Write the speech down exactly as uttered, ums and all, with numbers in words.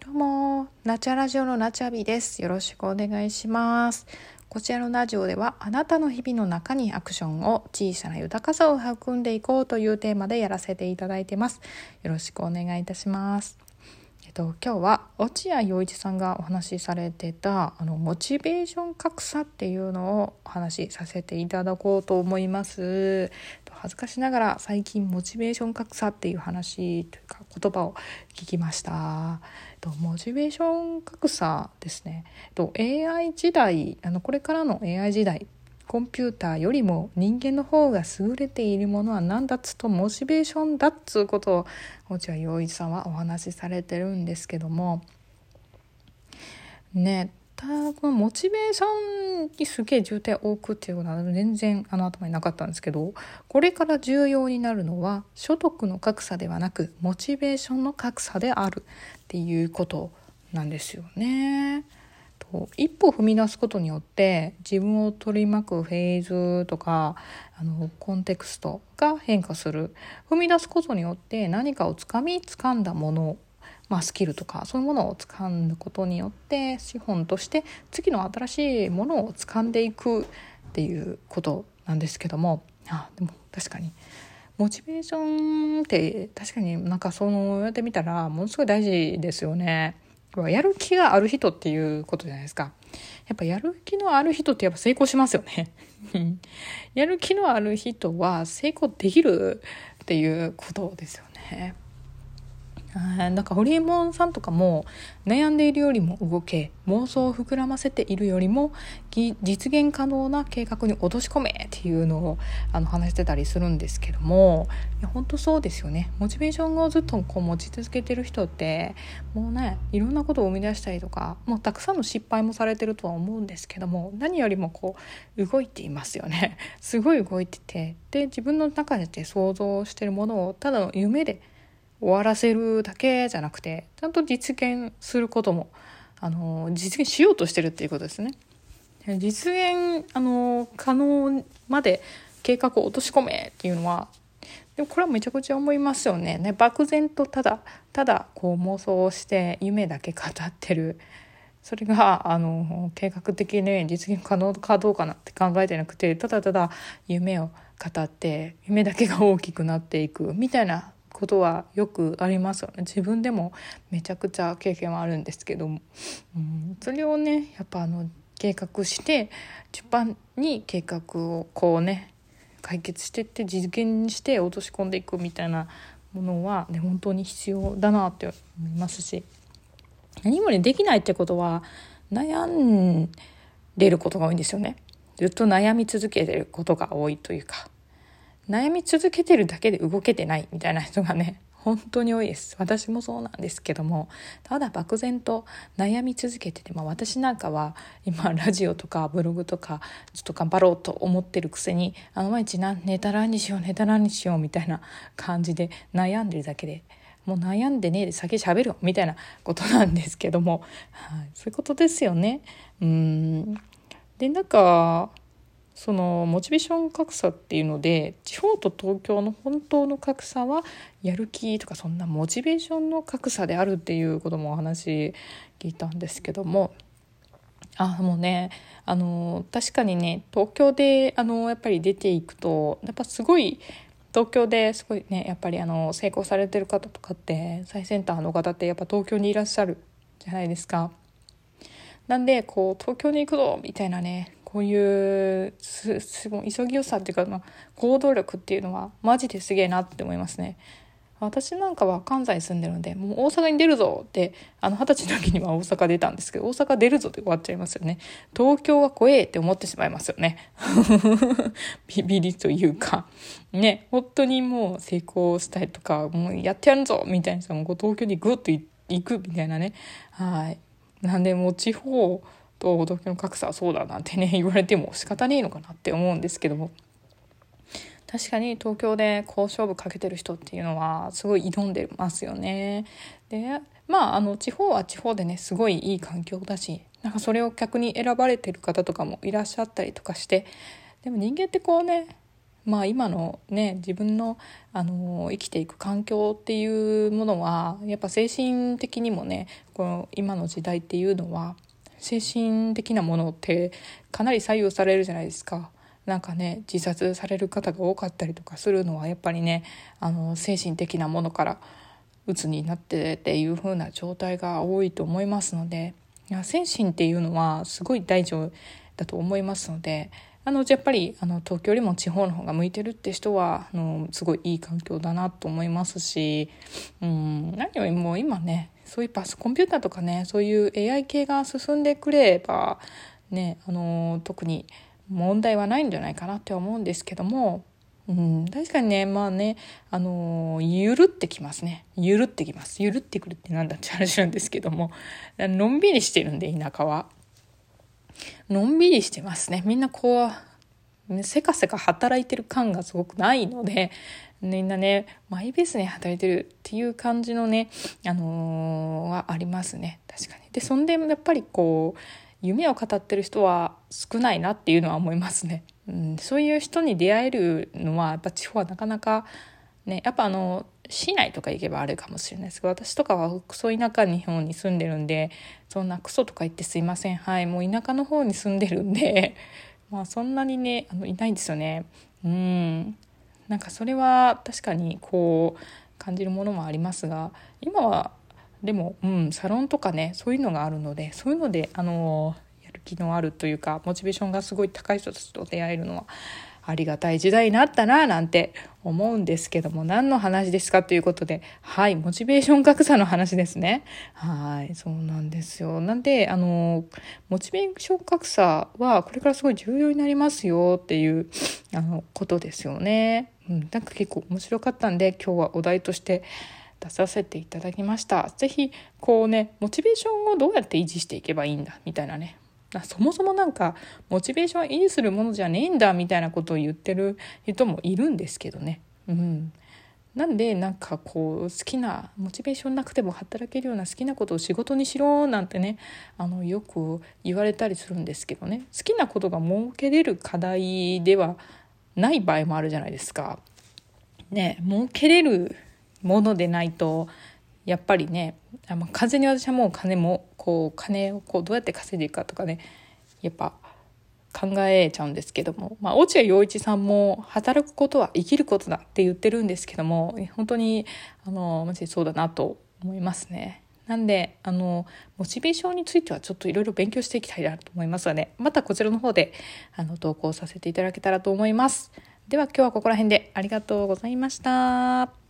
どうも、ナチャラジオのナチャビです。よろしくお願いします。こちらのラジオでは、あなたの日々の中にアクションを小さな豊かさを育んでいこうというテーマでやらせていただいてます。よろしくお願いいたします。えっと、今日は落合陽一さんがお話しされてたあのモチベーション格差っていうのをお話しさせていただこうと思います。恥ずかしながら最近モチベーション格差っていう話というか言葉を聞きました。モチベーション格差ですね。 エーアイ 時代、あのこれからの エーアイ 時代、コンピューターよりも人間の方が優れているものは何だっつとモチベーションだっつうことを落合陽一さんはお話しされてるんですけどもね、ただこのモチベーションにすげえ重点を置くっていうのは全然あの頭になかったんですけど、これから重要になるのは所得の格差ではなくモチベーションの格差であるっていうことなんですよね。と一歩踏み出すことによって自分を取り巻くフェーズとかあのコンテクストが変化する。踏み出すことによって何かをつかみ掴んだもの、まあ、スキルとかそういうものを掴んだことによって資本として次の新しいものを掴んでいくっていうことなんですけども、あでも確かにモチベーションって確かになんかそのやってみたらものすごい大事ですよね。やる気がある人っていうことじゃないですか。やっぱやる気のある人ってやっぱ成功しますよねやる気のある人は成功できるっていうことですよね。なんかホリエモンさんとかも悩んでいるよりも動け、妄想を膨らませているよりも実現可能な計画に落とし込めっていうのをあの話してたりするんですけども、いや本当そうですよね。モチベーションをずっとこう持ち続けてる人ってもうね、いろんなことを生み出したりとか、もうたくさんの失敗もされてるとは思うんですけども、何よりもこう動いていますよね。すごい動いてて、で自分の中で想像してるものをただの夢で終わらせるだけじゃなくてちゃんと実現することもあの実現しようとしてるっていうことですね。実現あの可能まで計画を落とし込めっていうのはでもこれはめちゃくちゃ思いますよね。ね、漠然とただただこう妄想をして夢だけ語ってる、それがあの計画的に実現可能かどうかなって考えてなくて、ただただ夢を語って夢だけが大きくなっていくみたいなことはよくありますよね。自分でもめちゃくちゃ経験はあるんですけども、うん、それをねやっぱあの計画して順番に計画をこうね解決していって実現して落とし込んでいくみたいなものは、ね、本当に必要だなって思いますし、何もねできないってことは悩んでることが多いんですよね。ずっと悩み続けてることが多いというか、悩み続けてるだけで動けてないみたいな人がね本当に多いです。私もそうなんですけども、ただ漠然と悩み続けてて、まあ、私なんかは今ラジオとかブログとかちょっと頑張ろうと思ってるくせにあの毎日なネタ欄にしようネタ欄にしようみたいな感じで悩んでるだけで、もう悩んでねえで先喋るみたいなことなんですけども、はい、そういうことですよね。うーんでなんかそのモチベーション格差っていうので、地方と東京の本当の格差はやる気とかそんなモチベーションの格差であるっていうこともお話聞いたんですけども、あもうねあの確かにね東京であのやっぱり出ていくとやっぱすごい東京ですごいねやっぱりあの成功されてる方とかって最先端の方ってやっぱ東京にいらっしゃるじゃないですか。なんでこう東京に行くぞみたいなね、こういうすすごい急ぎよさっていうか、まあ、行動力っていうのはマジですげえなって思いますね。私なんかは関西に住んでるので、もう大阪に出るぞってあの二十歳の時には大阪出たんですけど、大阪出るぞって終わっちゃいますよね。東京は怖えって思ってしまいますよねビビりというかね、本当にもう成功したいとかもうやってやるぞみたいな、もう東京にグッと行くみたいなね。はいなんでもう地方と東京の格差はそうだなんてね言われても仕方ねえのかなって思うんですけども、確かに東京で好勝負かけてる人っていうのはすごい挑んでますよね。でまああの地方は地方でねすごいいい環境だし、なんかそれを逆に選ばれてる方とかもいらっしゃったりとかして、でも人間ってこうねまあ今のね自分の、あの生きていく環境っていうものはやっぱ精神的にもね、この今の時代っていうのは精神的なものってかなり左右されるじゃないですか。なんかね自殺される方が多かったりとかするのはやっぱりね、あの精神的なものから鬱になってっていう風な状態が多いと思いますので、いや精神っていうのはすごい大事だと思いますので、あのやっぱりあの東京よりも地方の方が向いてるって人はあのすごいいい環境だなと思いますし、うん、何よりも今ねそういうパスコンピューターとかねそういう エーアイ 系が進んでくればね、あの特に問題はないんじゃないかなって思うんですけども、うん、確かにねまあね、あのゆるってきますね。ゆるってきますゆるってくるってなんだって話なんですけども、のんびりしてるんで田舎はのんびりしてますね。みんなこうせかせか働いてる感がすごくないので、みんなねマイペースに働いてるっていう感じのね、あのー、はありますね。確かに。でそんでやっぱりこう夢を語ってる人は少ないなっていうのは思いますね。うん、そういう人に出会えるのはやっぱ地方はなかなかね、やっぱあの市内とか行けばあるかもしれないですけど、私とかはクソ田舎日本に住んでるんで、そんなクソとか言ってすいません、はいもう田舎の方に住んでるんでまあそんなにねあのいないんですよね。うんなんかそれは確かにこう感じるものもありますが、今はでも、うん、サロンとかねそういうのがあるので、そういうのであのやる気のあるというかモチベーションがすごい高い人たちと出会えるのはありがたい時代になったななんて思うんですけども、何の話ですかということで、はいモチベーション格差の話ですね。はいそうなんですよ。なんであのモチベーション格差はこれからすごい重要になりますよっていうあのことですよね。うん、なんか結構面白かったんで今日はお題として出させていただきました。ぜひこうねモチベーションをどうやって維持していけばいいんだみたいなね、そもそもなんかモチベーションを維持するものじゃねえんだみたいなことを言ってる人もいるんですけどね、うん、なんでなんかこう好きなモチベーションなくても働けるような好きなことを仕事にしろなんてね、あのよく言われたりするんですけどね、好きなことが設けれる課題ではない場合もあるじゃないですかね。設けれるものでないとやっぱりね、あ、まあ、完全に私はもう金もこう金をこうどうやって稼いでいくかとかねやっぱ考えちゃうんですけども、まあ、落合陽一さんも働くことは生きることだって言ってるんですけども、本当にあのマジでそうだなと思いますね。なんであのモチベーションについてはちょっといろいろ勉強していきたいなと思いますので、またこちらの方であの投稿させていただけたらと思います。では今日はここら辺でありがとうございました。